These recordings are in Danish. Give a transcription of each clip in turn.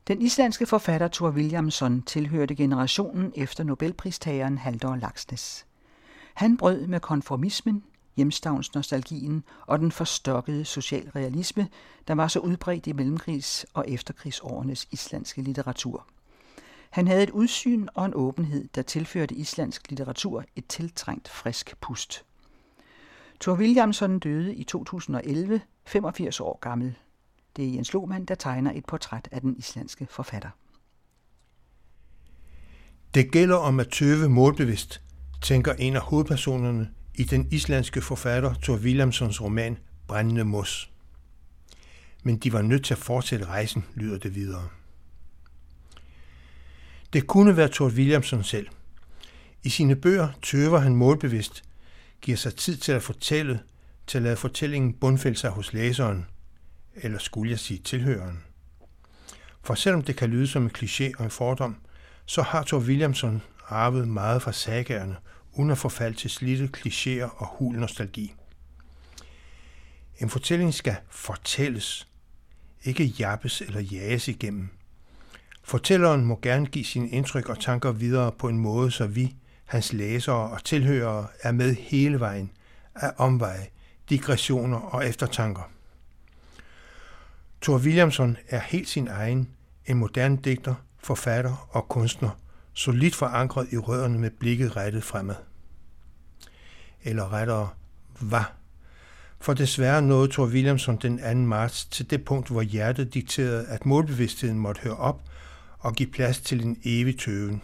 Den islandske forfatter Thor Vilhjálmsson tilhørte generationen efter Nobelpristageren Halldór Laxness. Han brød med konformismen, hjemstavnsnostalgien og den forstokkede socialrealisme, der var så udbredt i mellemkrigs- og efterkrigsårenes islandske litteratur. Han havde et udsyn og en åbenhed, der tilførte islandsk litteratur et tiltrængt frisk pust. Thor Vilhjálmsson døde i 2011, 85 år gammel. Det er Jens Lohmann, der tegner et portræt af den islandske forfatter. Det gælder om at tøve målbevidst, tænker en af hovedpersonerne i den islandske forfatter Thor Vilhjálmssons roman Brændende mos. Men de var nødt til at fortsætte rejsen, lyder det videre. Det kunne være Thor Vilhjálmsson selv. I sine bøger tøver han målbevidst, giver sig tid til at fortælle, til at lade fortællingen bundfælde sig hos læseren, eller skulle jeg sige tilhøreren. For selvom det kan lyde som en kliché og en fordom, så har Thor Vilhjálmsson arvet meget fra sagaerne, uden at forfalde til slidte klichéer og hul nostalgi. En fortælling skal fortælles, ikke jappes eller jages igennem. Fortælleren må gerne give sine indtryk og tanker videre på en måde, så vi, hans læsere og tilhørere, er med hele vejen af omveje, digressioner og eftertanker. Thor Vilhjálmsson er helt sin egen, en moderne digter, forfatter og kunstner, solidt forankret i rødderne med blikket rettet fremad. Eller rettere, var. For desværre nåede Thor Vilhjálmsson den 2. marts til det punkt, hvor hjertet dikterede, at målbevidstheden måtte høre op og give plads til en evig tøven.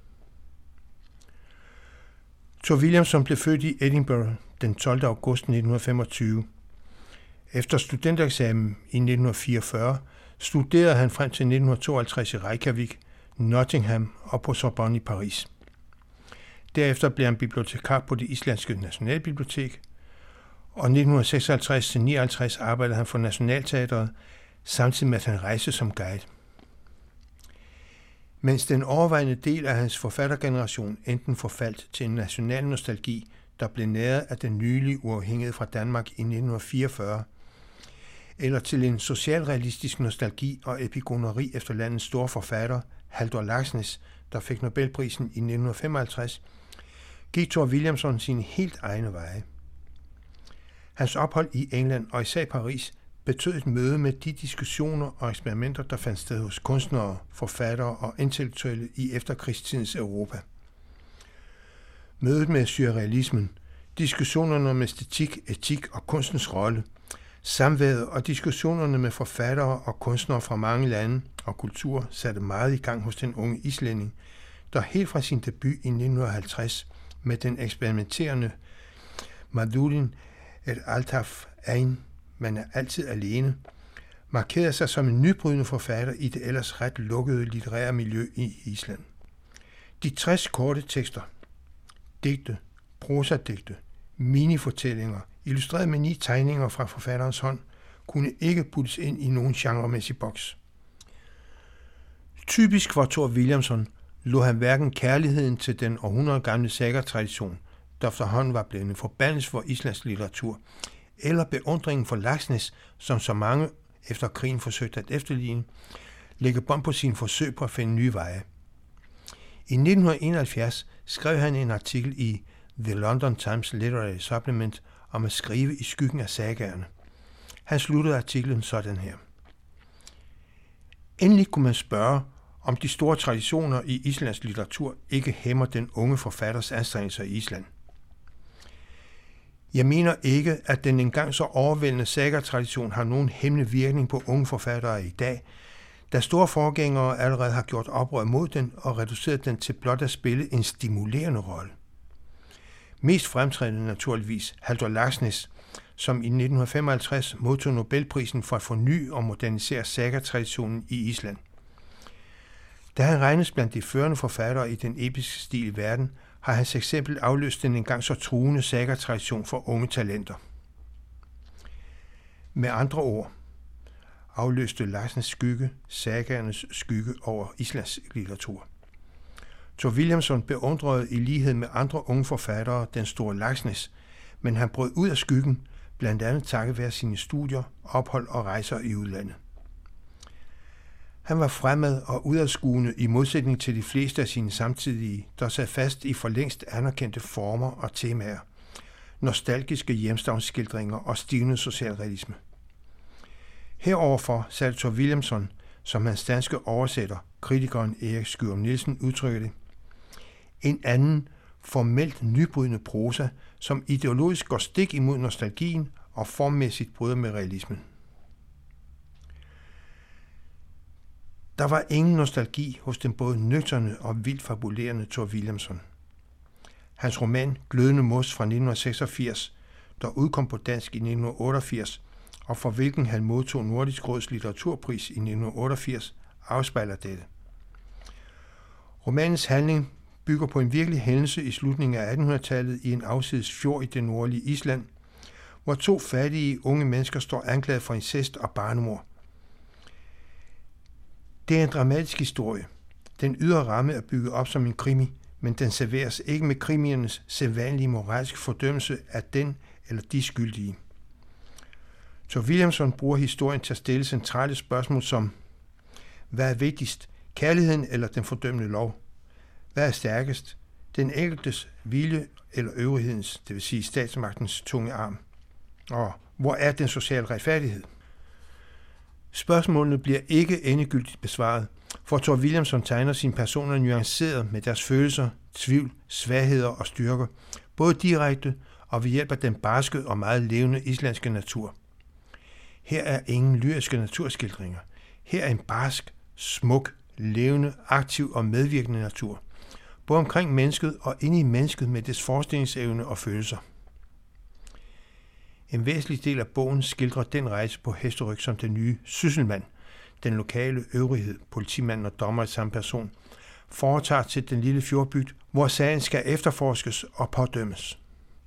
Thor Vilhjálmsson blev født i Edinburgh den 12. august 1925. Efter studentereksamen i 1944 studerede han frem til 1952 i Reykjavik, Nottingham og på Sorbonne i Paris. Derefter blev han bibliotekar på det islandske nationalbibliotek, og 1956-59 arbejdede han for Nationalteatret, samtidig med at han rejste som guide. Mens den overvejende del af hans forfattergeneration enten forfaldt til en national nostalgi, der blev næret af den nylige uafhængighed fra Danmark i 1944, eller til en socialrealistisk nostalgi og epigoneri efter landets store forfatter, Halldór Laxness, der fik Nobelprisen i 1955, gik Thor Vilhjálmsson sine helt egne veje. Hans ophold i England og især Paris betød et møde med de diskussioner og eksperimenter, der fandt sted hos kunstnere, forfattere og intellektuelle i efterkrigstidens Europa. Mødet med surrealismen, diskussionerne om æstetik, etik og kunstens rolle, samværet og diskussionerne med forfattere og kunstnere fra mange lande og kulturer satte meget i gang hos den unge islænding, der helt fra sin debut i 1950 med den eksperimenterende Maðurin alltaf ein, man er altid alene, markerede sig som en nybrydende forfatter i det ellers ret lukkede litterære miljø i Island. De 60 korte tekster, digte, prosadigte, minifortællinger, illustreret med 9 tegninger fra forfatterens hånd, kunne ikke puttes ind i nogen genremæssig boks. Typisk for Thor Vilhjálmsson lå han hverken kærligheden til den århundrede gamle saga-tradition, der efterhånden var blevet en forbandelse for islandsk litteratur, eller beundringen for Laxness, som så mange efter krigen forsøgte at efterligne, lægge bånd på sine forsøg på at finde nye veje. I 1971 skrev han en artikel i The London Times Literary Supplement om at skrive i skyggen af sagaerne. Han sluttede artiklen sådan her. Endelig kunne man spørge, om de store traditioner i islandsk litteratur ikke hæmmer den unge forfatters anstrengelser i Island. Jeg mener ikke, at den engang så overvældende saga-tradition har nogen hemmelig virkning på unge forfattere i dag, da store forgængere allerede har gjort oprør mod den og reduceret den til blot at spille en stimulerende rolle. Mest fremtrædende naturligvis Halldór Laxness, som i 1955 modtog Nobelprisen for at forny og modernisere saga-traditionen i Island. Da han regnes blandt de førende forfattere i den episke stil i verden, har hans eksempel afløst den engang så truende saga-tradition for unge talenter. Med andre ord afløste Laxness skygge sagaernes skygge over Islands litteratur. Thor Vilhjálmsson beundrede i lighed med andre unge forfattere den store Laxness, men han brød ud af skyggen, blandt andet takket være sine studier, ophold og rejser i udlandet. Han var fremad og udadskuende i modsætning til de fleste af sine samtidige, der sad fast i for længst anerkendte former og temaer, nostalgiske hjemstavnsskildringer og stivende socialrealisme. Heroverfor satte Thor Vilhjálmsson, som hans danske oversætter, kritikeren Erik Skyum Nielsen, udtrykker det, en anden, formelt nybrydende prosa, som ideologisk går stik imod nostalgien og formmæssigt bryder med realismen. Der var ingen nostalgi hos den både nøgterne og vildt fabulerende Thor Vilhjálmsson. Hans roman Glødende Mos fra 1986, der udkom på dansk i 1988, og for hvilken han modtog Nordisk Råds litteraturpris i 1988, afspejler dette. Romanens handling bygger på en virkelig hændelse i slutningen af 1800-tallet i en afsides fjord i det nordlige Island, hvor 2 fattige unge mennesker står anklaget for incest og barnemord. Det er en dramatisk historie. Den ydre ramme er bygget op som en krimi, men den serveres ikke med krimiernes sædvanlige moralske fordømmelse af den eller de skyldige. Thor Vilhjálmsson bruger historien til at stille centrale spørgsmål som: hvad er vigtigst, kærligheden eller den fordømmende lov? Hvad er stærkest, den enkeltes vilje eller øvrighedens, det vil sige statsmagtens tunge arm? Og hvor er den sociale retfærdighed? Spørgsmålene bliver ikke endegyldigt besvaret, for Thor Vilhjálmsson tegner sine personer nuanceret med deres følelser, tvivl, svagheder og styrker, både direkte og ved hjælp af den barske og meget levende islandske natur. Her er ingen lyriske naturskildringer. Her er en barsk, smuk, levende, aktiv og medvirkende natur, både omkring mennesket og inde i mennesket med dets forestillingsevne og følelser. En væsentlig del af bogen skildrer den rejse på hesteryg, som den nye sysselmand, den lokale øvrighed, politimanden og dommer i samme person, foretager til den lille fjordbygd, hvor sagen skal efterforskes og pådømmes.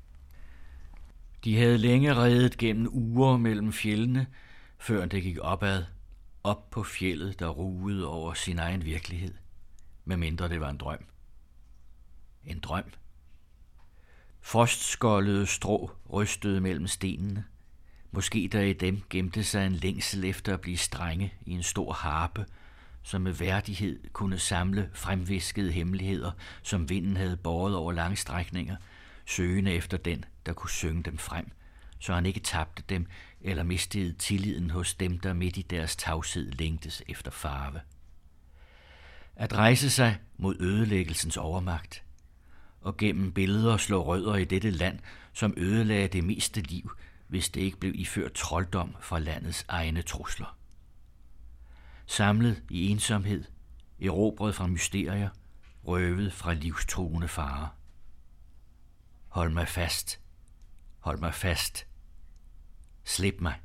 De havde længe redet gennem uger mellem fjellene, før det gik opad, op på fjeldet, der rugede over sin egen virkelighed, medmindre det var en drøm. En drøm. Frostskoldede strå rystede mellem stenene. Måske der i dem gemte sig en længsel efter at blive strenge i en stor harpe, som med værdighed kunne samle fremviskede hemmeligheder, som vinden havde båret over lange strækninger, søgende efter den, der kunne synge dem frem, så han ikke tabte dem eller mistede tilliden hos dem, der midt i deres tavshed længtes efter farve. At rejse sig mod ødelæggelsens overmagt, og gennem billeder slå rødder i dette land, som ødelagde det meste liv, hvis det ikke blev iført trolddom fra landets egne trusler. Samlet i ensomhed, erobret fra mysterier, røvet fra livstruende farer. Hold mig fast, hold mig fast, slip mig.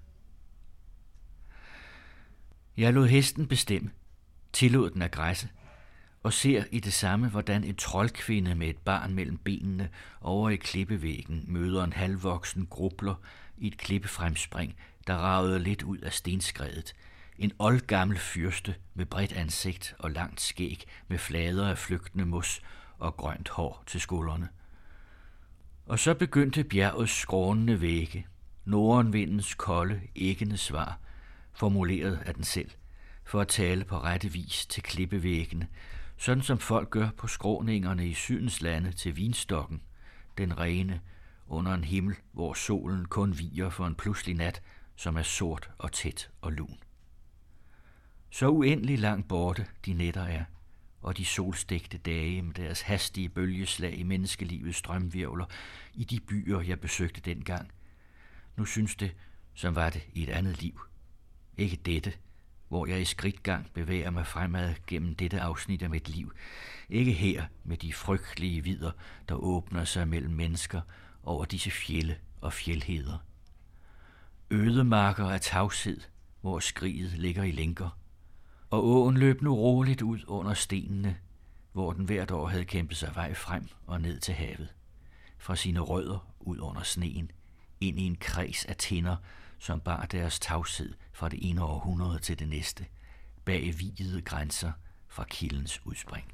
Jeg lod hesten bestemme, tillod den at græsse, og ser i det samme, hvordan en troldkvinde med et barn mellem benene over i klippevæggen møder en halvvoksen grubler i et klippefremspring, der ragede lidt ud af stenskredet. En oldgammel fyrste med bredt ansigt og langt skæg med flader af flygtende mos og grønt hår til skuldrene. Og så begyndte bjergets skrånende vægge, nordenvindens kolde, æggende svar, formuleret af den selv, for at tale på rette vis til klippevæggene, sådan som folk gør på skråningerne i Sydens lande til vinstokken, den rene, under en himmel, hvor solen kun viger for en pludselig nat, som er sort og tæt og lun. Så uendelig langt borte de nætter er, og de solstegte dage med deres hastige bølgeslag i menneskelivets strømvirvler i de byer, jeg besøgte dengang. Nu synes det, som var det i et andet liv. Ikke dette, hvor jeg i skridtgang bevæger mig fremad gennem dette afsnit af mit liv. Ikke her med de frygtelige vidder, der åbner sig mellem mennesker over disse fjelde og fjeldheder. Ødemarker af tavshed, hvor skriget ligger i lænker, og åen løb nu roligt ud under stenene, hvor den hvert år havde kæmpet sig vej frem og ned til havet. Fra sine rødder ud under sneen, ind i en kreds af tinder, som bar deres tavshed fra det ene århundrede til det næste, bag videde grænser fra kildens udspring.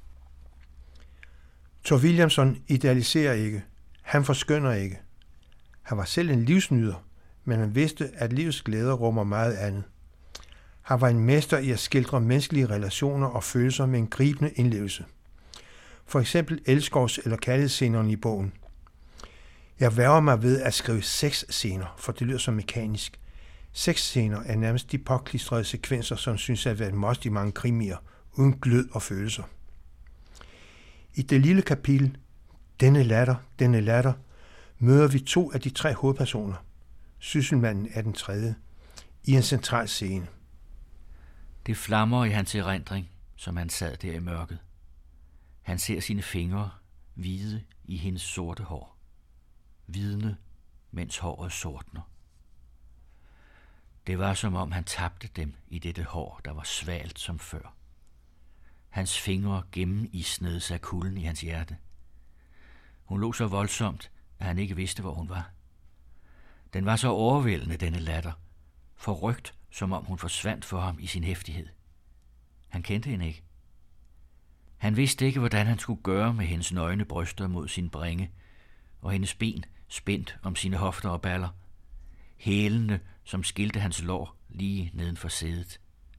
Thor Vilhjálmsson idealiserer ikke. Han forskønner ikke. Han var selv en livsnyder, men han vidste, at livets glæder rummer meget andet. Han var en mester i at skildre menneskelige relationer og følelser med en gribende indlevelse. For eksempel elskovs- eller kærlighedsscenerne i bogen. Jeg værger mig ved at skrive sexscener, for det lyder så mekanisk. Sexscener er nærmest de påklistrede sekvenser, som synes at være et must i mange krimier, uden glød og følelser. I det lille kapitel, denne latter, møder vi 2 af de 3 hovedpersoner. Sysselmanden er den 3. i en central scene. Det flammer i hans erindring, som han sad der i mørket. Han ser sine fingre hvide i hendes sorte hår. Hvidne, mens håret sortner. Det var som om han tabte dem i dette hår, der var svalt som før. Hans fingre gennemisnede sig kulden i hans hjerte. Hun lå så voldsomt, at han ikke vidste, hvor hun var. Den var så overvældende, denne latter, forrygt, som om hun forsvandt for ham i sin heftighed. Han kendte hende ikke. Han vidste ikke, hvordan han skulle gøre med hendes nøgne bryster mod sin bringe, og hendes ben spændt om sine hofter og baller, hælene, som skilte hans lår lige neden for sædet.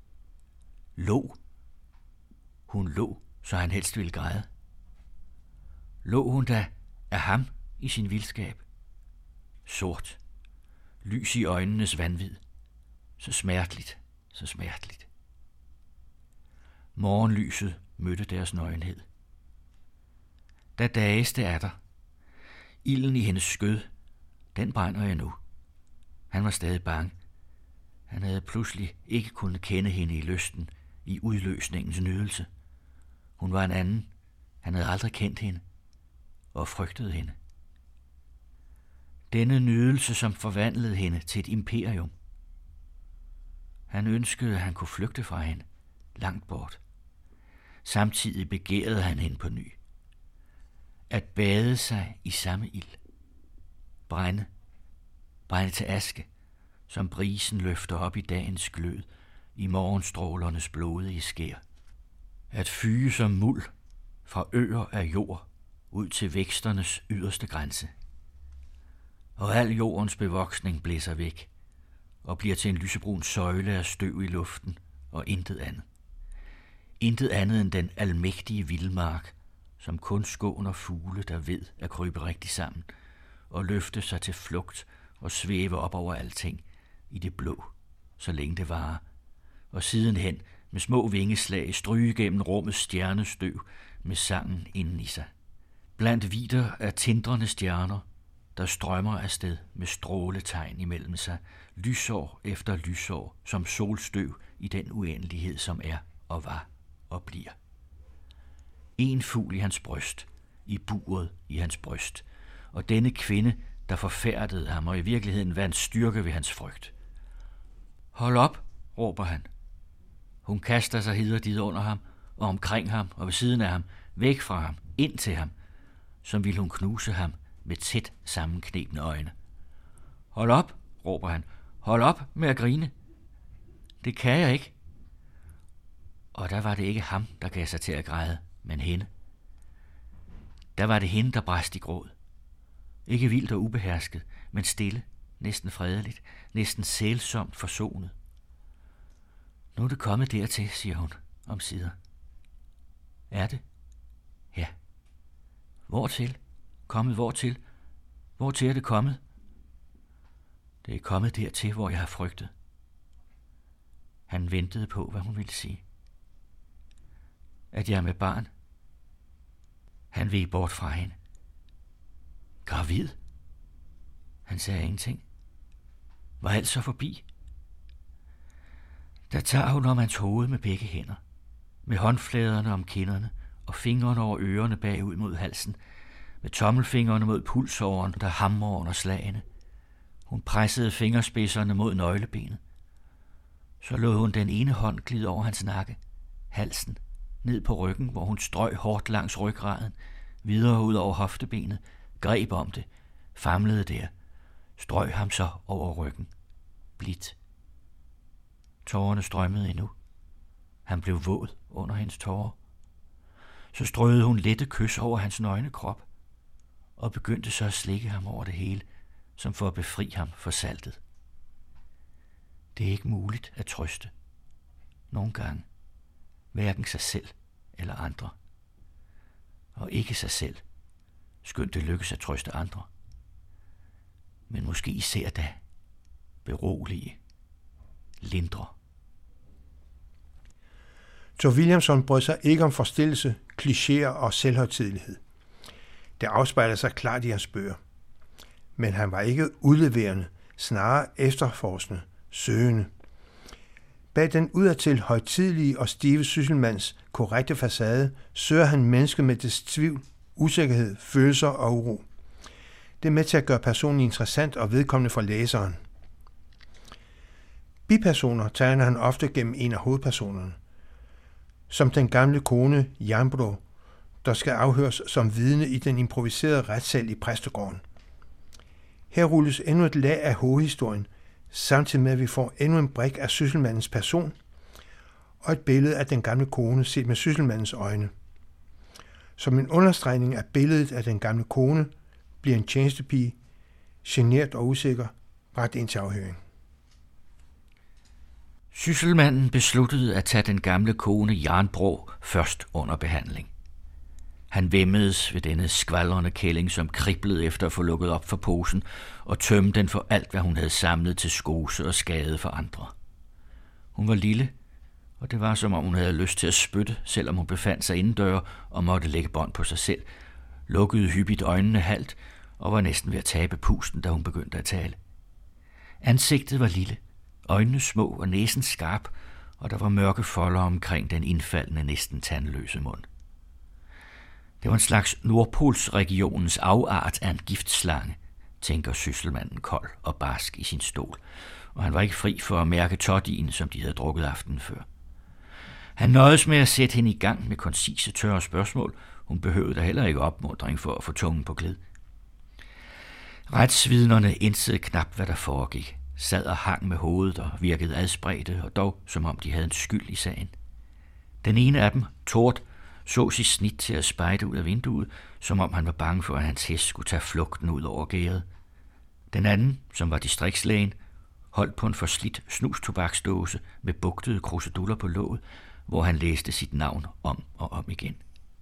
Hun lå, så han helst ville græde. Lå hun da af ham i sin vildskab? Sort, lys i øjnenes vanvid, så smerteligt, så smerteligt. Morgenlyset mødte deres nøgenhed. Der dageste er der. Ilden i hendes skød, den brænder endnu. Han var stadig bange. Han havde pludselig ikke kunnet kende hende i lysten, i udløsningens nydelse. Hun var en anden. Han havde aldrig kendt hende og frygtede hende. Denne nydelse, som forvandlede hende til et imperium. Han ønskede, at han kunne flygte fra hende, langt bort. Samtidig begærede han hende på ny. At bade sig i samme ild. Brænde til aske, som brisen løfter op i dagens glød, i morgenstrålernes blodige skær. At fyge som muld fra øer af jord ud til væksternes yderste grænse. Og al jordens bevoksning blæser væk og bliver til en lysebrun søjle af støv i luften og intet andet. Intet andet end den almægtige vildmark, som kun skåner fugle, der ved at krybe rigtig sammen og løfte sig til flugt og svæve op over alting i det blå, så længe det varer, og sidenhen med små vingeslag stryge gennem rummets stjernestøv med sangen inden i sig. Blandt vidder af tindrende stjerner, der strømmer afsted med stråletegn imellem sig, lysår efter lysår, som solstøv i den uendelighed, som er og var og bliver. En fugl i hans bryst, i buret i hans bryst, og denne kvinde, der forfærdede ham og i virkeligheden vandt styrke ved hans frygt. Hold op, råber han. Hun kaster sig hid og dit under ham, og omkring ham og ved siden af ham, væk fra ham, ind til ham, som ville hun knuse ham med tæt sammenknebne øjne. Hold op, råber han. Hold op med at grine. Det kan jeg ikke. Og der var det ikke ham, der gav sig til at græde, men hende. Der var det hende, der brast i gråd. Ikke vildt og ubehersket, men stille, næsten fredeligt, næsten sælsomt forsonet. Nu er det kommet dertil, siger hun omsider. Er det? Ja. Hvortil? Kommet hvortil? Hvortil er det kommet? Det er kommet dertil, hvor jeg har frygtet. Han ventede på, hvad hun ville sige. At jeg er med barn. Han veg bort fra hende. Gravid? Han sagde ingenting. Var alt så forbi? Der tager hun om hans hoved med begge hænder, med håndfladerne om kinderne og fingrene over ørerne bagud mod halsen, med tommelfingrene mod pulsåren, der hamrer under slagene. Hun pressede fingerspidserne mod nøglebenet. Så lod hun den ene hånd glide over hans nakke, halsen, ned på ryggen, hvor hun strøg hårdt langs ryggraden, videre ud over hoftebenet, greb om det, famlede der, strøg ham så over ryggen. Blidt. Tårerne strømmede endnu. Han blev våd under hendes tårer. Så strøede hun lette kys over hans nøgne krop, og begyndte så at slikke ham over det hele, som for at befri ham for saltet. Det er ikke muligt at trøste, nogle gange hverken sig selv eller andre, og ikke sig selv, skønt det lykkes at trøste andre, men måske især da berolige, lindre. Thor Williamson brød sig ikke om forstillelse, klichéer og selvhøjtidelighed. Det afspejler sig klart i hans bøger. Men han var ikke udleverende, snarere efterforskende, søgende. Bag den udadtil højtidelige og stive sysselmands korrekte facade søger han mennesket med dets tvivl, usikkerhed, følelser og uro. Det er med til at gøre personen interessant og vedkommende for læseren. Bipersoner tegner han ofte gennem en af hovedpersonerne, som den gamle kone Jambro, der skal afhøres som vidne i den improviserede retssal i præstegården. Her rulles endnu et lag af hovedhistorien, samtidig med at vi får endnu en brik af sysselmandens person og et billede af den gamle kone set med sysselmandens øjne. Som en understregning af billedet af den gamle kone bliver en tjenestepige, genert og usikker, bragt ind til afhøring. Sysselmanden besluttede at tage den gamle kone Jambro først under behandling. Han væmmedes ved denne skvaldrende kælling, som kriblede efter at få lukket op for posen og tømme den for alt, hvad hun havde samlet til skose og skade for andre. Hun var lille, og det var som om hun havde lyst til at spytte, selvom hun befandt sig indendøre og måtte lægge bånd på sig selv, lukkede hyppigt øjnene halvt og var næsten ved at tabe pusten, da hun begyndte at tale. Ansigtet var lille, øjnene små og næsen skarp, og der var mørke folder omkring den indfaldende, næsten tandløse mund. Det var en slags Nordpolsregionens afart af en giftslange, tænker sysselmanden kold og barsk i sin stol, og han var ikke fri for at mærke todien, som de havde drukket aftenen før. Han nøjedes med at sætte hende i gang med koncise, tørre spørgsmål. Hun behøvede da heller ikke opmuntring for at få tungen på glid. Retsvidnerne indsede knap, hvad der foregik, sad og hang med hovedet og virkede adspredte, og dog som om de havde en skyld i sagen. Den ene af dem, Tord, så sit snit til at spejde ud af vinduet, som om han var bange for, at hans hest skulle tage flugten ud over gæret. Den anden, som var distriktslægen, holdt på en forslidt snustobaksdåse med bugtede kruseduller på låget, hvor han læste sit navn om og om igen.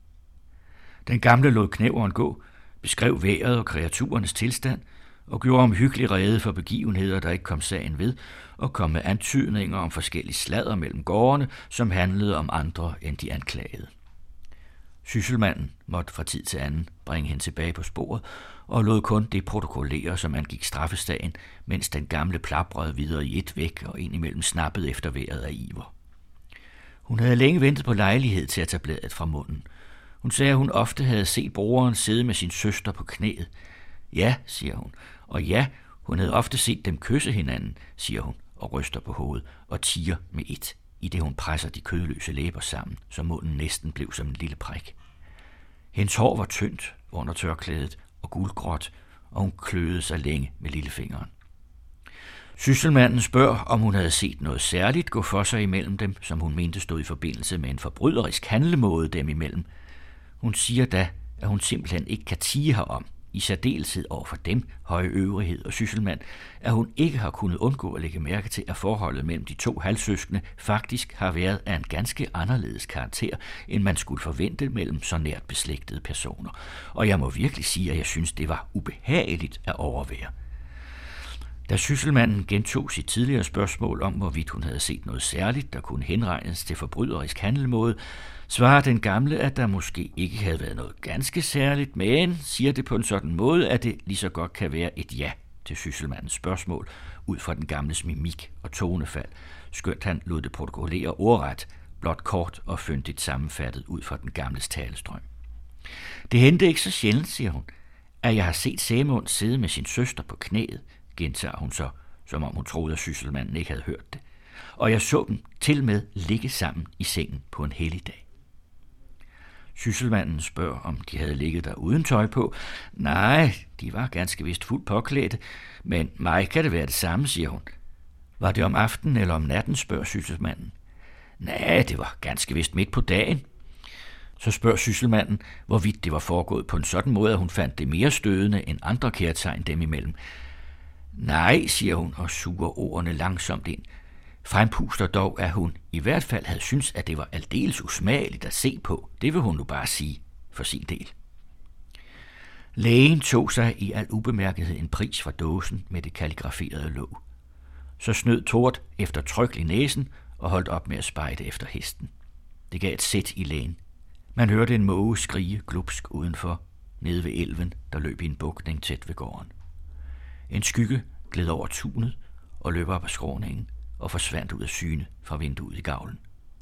Den gamle lod knæveren gå, beskrev vejret og kreaturernes tilstand, og gjorde omhyggelig rede for begivenheder, der ikke kom sagen ved, og kom med antydninger om forskellige sladder mellem gårdene, som handlede om andre end de anklagede. Sysselmanden måtte fra tid til anden bringe hende tilbage på sporet, og lod kun det protokollere, som angik straffestagen, mens den gamle plabrede videre i et væk og indimellem snappede efter vejret af iver. Hun havde længe ventet på lejlighed til at tage bladet fra munden. Hun sagde, at hun ofte havde set broderen sidde med sin søster på knæet. Ja, siger hun, og ja, hun havde ofte set dem kysse hinanden, siger hun, og ryster på hovedet og tiger med et, i det hun presser de kødløse læber sammen, så munden næsten blev som en lille prik. Hendes hår var tyndt under tørklædet og guldgråt, og hun kløede sig længe med lillefingeren. Sysselmanden spørger, om hun havde set noget særligt gå for sig imellem dem, som hun mente stod i forbindelse med en forbryderisk handlemåde dem imellem. Hun siger da, at hun simpelthen ikke kan tie herom, i særdeleshed over for dem, høje øvrighed og sysselmand, at hun ikke har kunnet undgå at lægge mærke til, at forholdet mellem de to halvsøskende faktisk har været af en ganske anderledes karakter, end man skulle forvente mellem så nært beslægtede personer. Og jeg må virkelig sige, at jeg synes, det var ubehageligt at overvære. Da sysselmanden gentog sit tidligere spørgsmål om, hvorvidt hun havde set noget særligt, der kunne henregnes til forbryderisk handelmåde, svarer den gamle, at der måske ikke havde været noget ganske særligt, men siger det på en sådan måde, at det lige så godt kan være et ja til sysselmandens spørgsmål, ud fra den gamles mimik og tonefald, skønt han lod det protokollere ordret, blot kort og fyndigt sammenfattet ud fra den gamles talestrøm. Det hentede ikke så sjældent, siger hun, at jeg har set Sæmund sidde med sin søster på knæet, gentager hun så, som om hun troede, at sysselmanden ikke havde hørt det. Og jeg så dem til med ligge sammen i sengen på en helligdag. Sysselmanden spørger, om de havde ligget der uden tøj på. Nej, de var ganske vist fuldt påklædte, men mig kan det være det samme, siger hun. Var det om aftenen eller om natten, spørger sysselmanden. Nej, det var ganske vist midt på dagen. Så spørger sysselmanden, hvorvidt det var foregået på en sådan måde, at hun fandt det mere stødende end andre kærtegn dem imellem. Nej, siger hun og suger ordene langsomt ind. frempuster dog, at hun i hvert fald havde syntes, at det var aldeles usmageligt at se på. Det vil hun nu bare sige for sin del. Lægen tog sig i al ubemærkethed en pris fra dåsen med det kalligraferede låg. Så snød Tort eftertrykkelig næsen og holdt op med at spejde efter hesten. Det gav et sæt i lægen. Man hørte en måge skrige glupsk udenfor, nede ved elven, der løb i en bugning tæt ved gården. En skygge gled over tunet og løb op ad skråningen og forsvandt ud af syne fra vinduet i gavlen.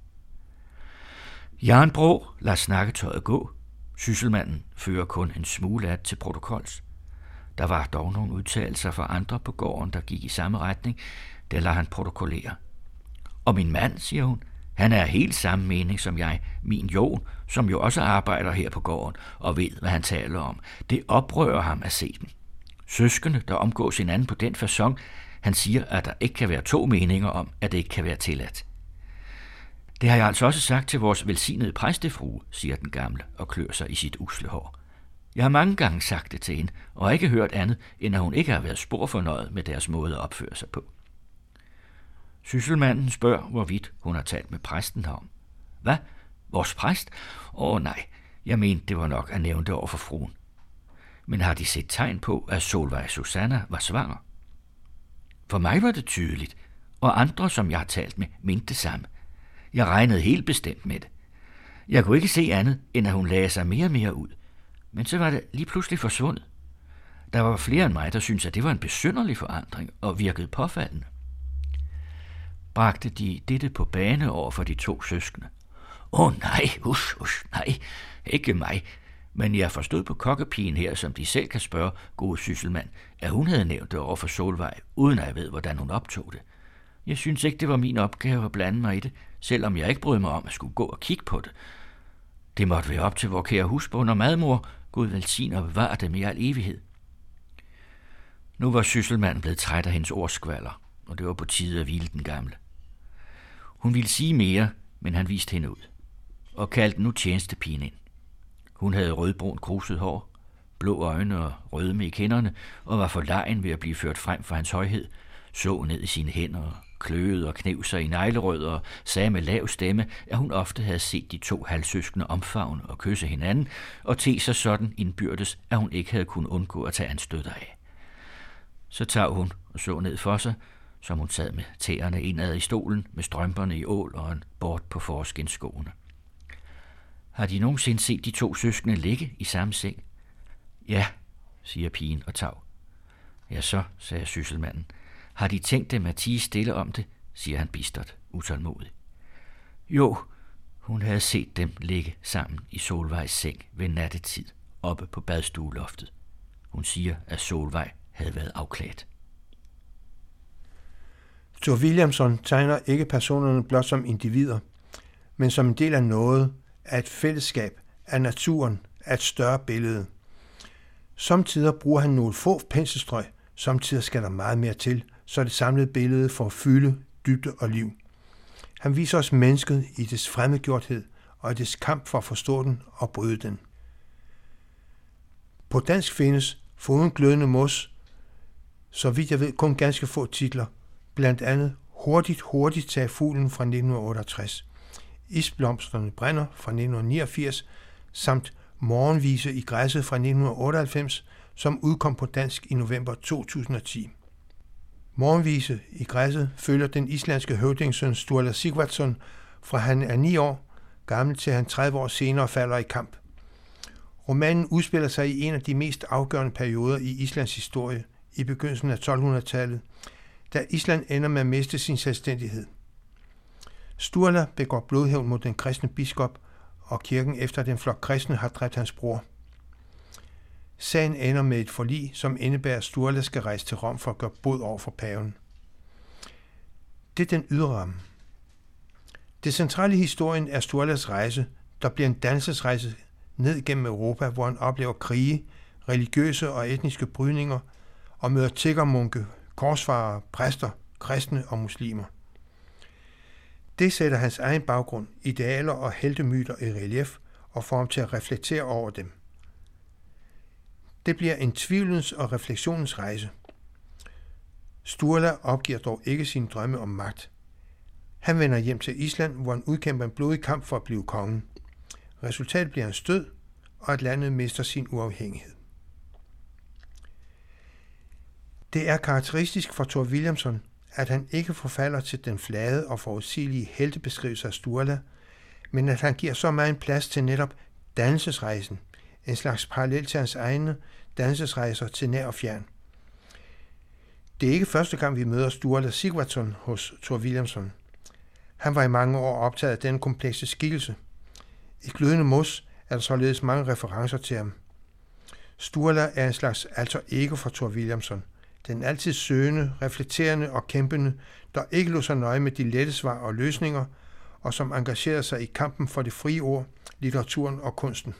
Jørgen Brå lader snakketøjet gå. Sysselmanden fører kun en smule af til protokols. Der var dog nogle udtalelser fra andre på gården, der gik i samme retning. Der lader han protokollere. Og min mand, siger hun, han er helt samme mening som jeg, min Jon, som jo også arbejder her på gården og ved, hvad han taler om. Det oprører ham at se dem. Søskende, der omgås hinanden på den facon, han siger, at der ikke kan være to meninger om, at det ikke kan være tilladt. Det har jeg altså også sagt til vores velsignede præstefrue, siger den gamle og klør sig i sit usle hår. Jeg har mange gange sagt det til hende, og ikke hørt andet, end at hun ikke har været sporfornøjet med deres måde at opføre sig på. Sysselmanden spørger, hvorvidt hun har talt med præsten herom. Hvad? Vores præst? Nej, jeg mente, det var nok at nævne det over for fruen. Men har de set tegn på, at Solveig Susanna var svanger? For mig var det tydeligt, og andre, som jeg har talt med, mente det samme. Jeg regnede helt bestemt med det. Jeg kunne ikke se andet, end at hun lagde sig mere og mere ud. Men så var det lige pludselig forsvundet. Der var flere end mig, der syntes, at det var en besynderlig forandring og virkede påfaldende. Bragte de dette på bane over for de to søskende? Nej, nej, ikke mig. Men jeg forstod på kokkepigen her, som de selv kan spørge, gode Sysselmand, at hun havde nævnt det over for Solveig, uden at jeg ved, hvordan hun optog det. Jeg synes ikke, det var min opgave at blande mig i det, selvom jeg ikke brød mig om at skulle gå og kigge på det. Det måtte være op til vor kære husbond og madmor, Gud velsigne og bevare dem i al evighed. Nu var Sysselmanden blevet træt af hendes ordskvalder, og det var på tide at hvile den gamle. Hun ville sige mere, men han viste hende ud, og kaldte nu tjenestepigen ind. Hun havde rødbrun kruset hår, blå øjne og rødme i kinderne, og var forlegen ved at blive ført frem for hans højhed, så ned i sine hænder, kløede og knev sig i neglerødder og sagde med lav stemme, at hun ofte havde set de to halvsøskende omfavne og kysse hinanden, og te sig sådan indbyrdes, at hun ikke havde kunnet undgå at tage anstød af. Så tag hun og så ned for sig, som hun sad med tæerne indad i stolen, med strømperne i ål og en bort på forskinskoene. Har de nogensinde set de to søskende ligge i samme seng? Ja, siger pigen og tav. Ja så, sagde Sysselmanden. Har de tænkt dem at tie stille om det, siger han bistert, utålmodig. Jo, hun havde set dem ligge sammen i Solvejs seng ved nattetid, oppe på badstueloftet. Hun siger, at Solvej havde været afklædt. Thor Williamson tegner ikke personerne blot som individer, men som en del af noget, af et fællesskab, af naturen, af et større billede. Samtidig bruger han nogle få penselstrøg, samtidig skal der meget mere til, så det samlede billede får fylde, dybde og liv. Han viser os mennesket i dets fremmedgjorthed og i dets kamp for at forstå den og bryde den. På dansk findes, foruden Glødende Mos, så vidt jeg ved, kun ganske få titler, blandt andet Hurtigt tager fuglen fra 1968, Isblomsterne brænder fra 1989, samt Morgenvise i græsset fra 1998, som udkom på dansk i november 2010. Morgenvise i græsset følger den islandske høvdingsøn Sturla Sigvardsson, fra han er 9 år gammel til han 30 år senere falder i kamp. Romanen udspiller sig i en af de mest afgørende perioder i Islands historie, i begyndelsen af 1200-tallet, da Island ender med at miste sin selvstændighed. Sturla begår blodhævn mod den kristne biskop og kirken efter den flok kristne har dræbt hans bror. Sagen ender med et forlig, som indebærer, at Sturla skal rejse til Rom for at gøre bod over for paven. Det er den ydre ramme. Det centrale i historien er Sturlas rejse, der bliver en dannelsesrejse ned gennem Europa, hvor han oplever krige, religiøse og etniske brydninger og møder tiggermunke, korsfarere, præster, kristne og muslimer. Det sætter hans egen baggrund, idealer og heltemyter i relief og får ham til at reflektere over dem. Det bliver en tvivlens og refleksionens rejse. Sturla opgiver dog ikke sine drømme om magt. Han vender hjem til Island, hvor han udkæmper en blodig kamp for at blive konge. Resultatet bliver hans død, og at landet mister sin uafhængighed. Det er karakteristisk for Thor Vilhjálmsson, at han ikke forfalder til den flade og forudsigelige heltebeskrivelse af Sturla, men at han giver så meget plads til netop dannelsesrejsen, en slags parallel til hans egne dannelsesrejser til nær og fjern. Det er ikke første gang, vi møder Sturla Sigvardsson hos Thor Vilhjálmsson. Han var i mange år optaget af den komplekse skikkelse. I Glødende Mos er der således mange referencer til ham. Sturla er en slags alter ego for Thor Vilhjálmsson, den altid søgende, reflekterende og kæmpende, der ikke lå sig nøje med de lette svar og løsninger, og som engagerede sig i kampen for det frie ord, litteraturen og kunsten.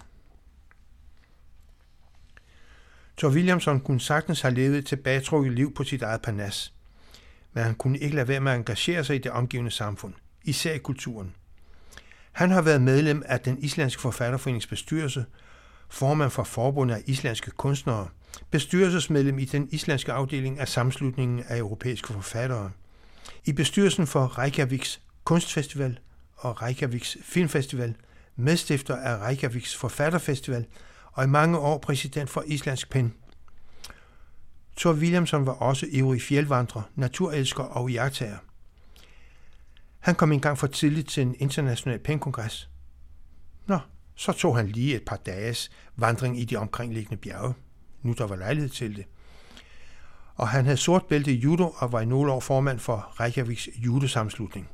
Thor Vilhjálmsson kunne sagtens have levet et tilbagetrukket liv på sit eget parnas, men han kunne ikke lade være med at engagere sig i det omgivende samfund, især i kulturen. Han har været medlem af den islandske forfatterforenings bestyrelse, formand for Forbundet af Islandske Kunstnere, bestyrelsesmedlem i den islandske afdeling af Sammenslutningen af Europæiske Forfattere, i bestyrelsen for Reykjaviks Kunstfestival og Reykjaviks Filmfestival, medstifter af Reykjaviks Forfatterfestival og i mange år præsident for Islandsk Pen. Thor Vilhjálmsson var også ivrig fjeldvandrer, naturelsker og iagttager. Han kom engang for tidligt til en international penkongres. Så tog han lige et par dages vandring i de omkringliggende bjerge. Nu der var lejlighed til det. Og han havde sort bælte i judo og var i nogle år formand for Reykjaviks judosammenslutning.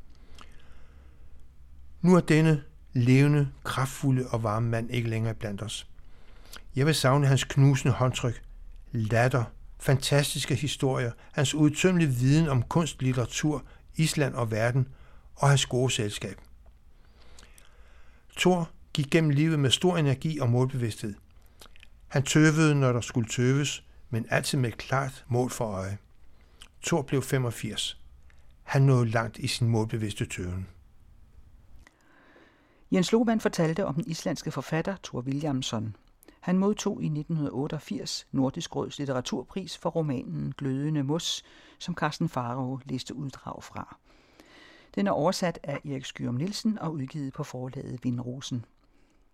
Nu er denne levende, kraftfulde og varme mand ikke længere blandt os. Jeg vil savne hans knusende håndtryk, latter, fantastiske historier, hans udtømmelige viden om kunst, litteratur, Island og verden og hans gode selskab. Thor gik gennem livet med stor energi og målbevidsthed. Han tøvede, når der skulle tøves, men altid med et klart mål for øje. Thor blev 85. Han nåede langt i sin målbevidste tøven. Jens Lohmann fortalte om den islandske forfatter Thor Vilhjálmsson. Han modtog i 1988 Nordisk Råds litteraturpris for romanen Glødende Mos, som Karsten Pharao læste uddrag fra. Den er oversat af Erik Skyum Nielsen og udgivet på forlaget Vindrosen.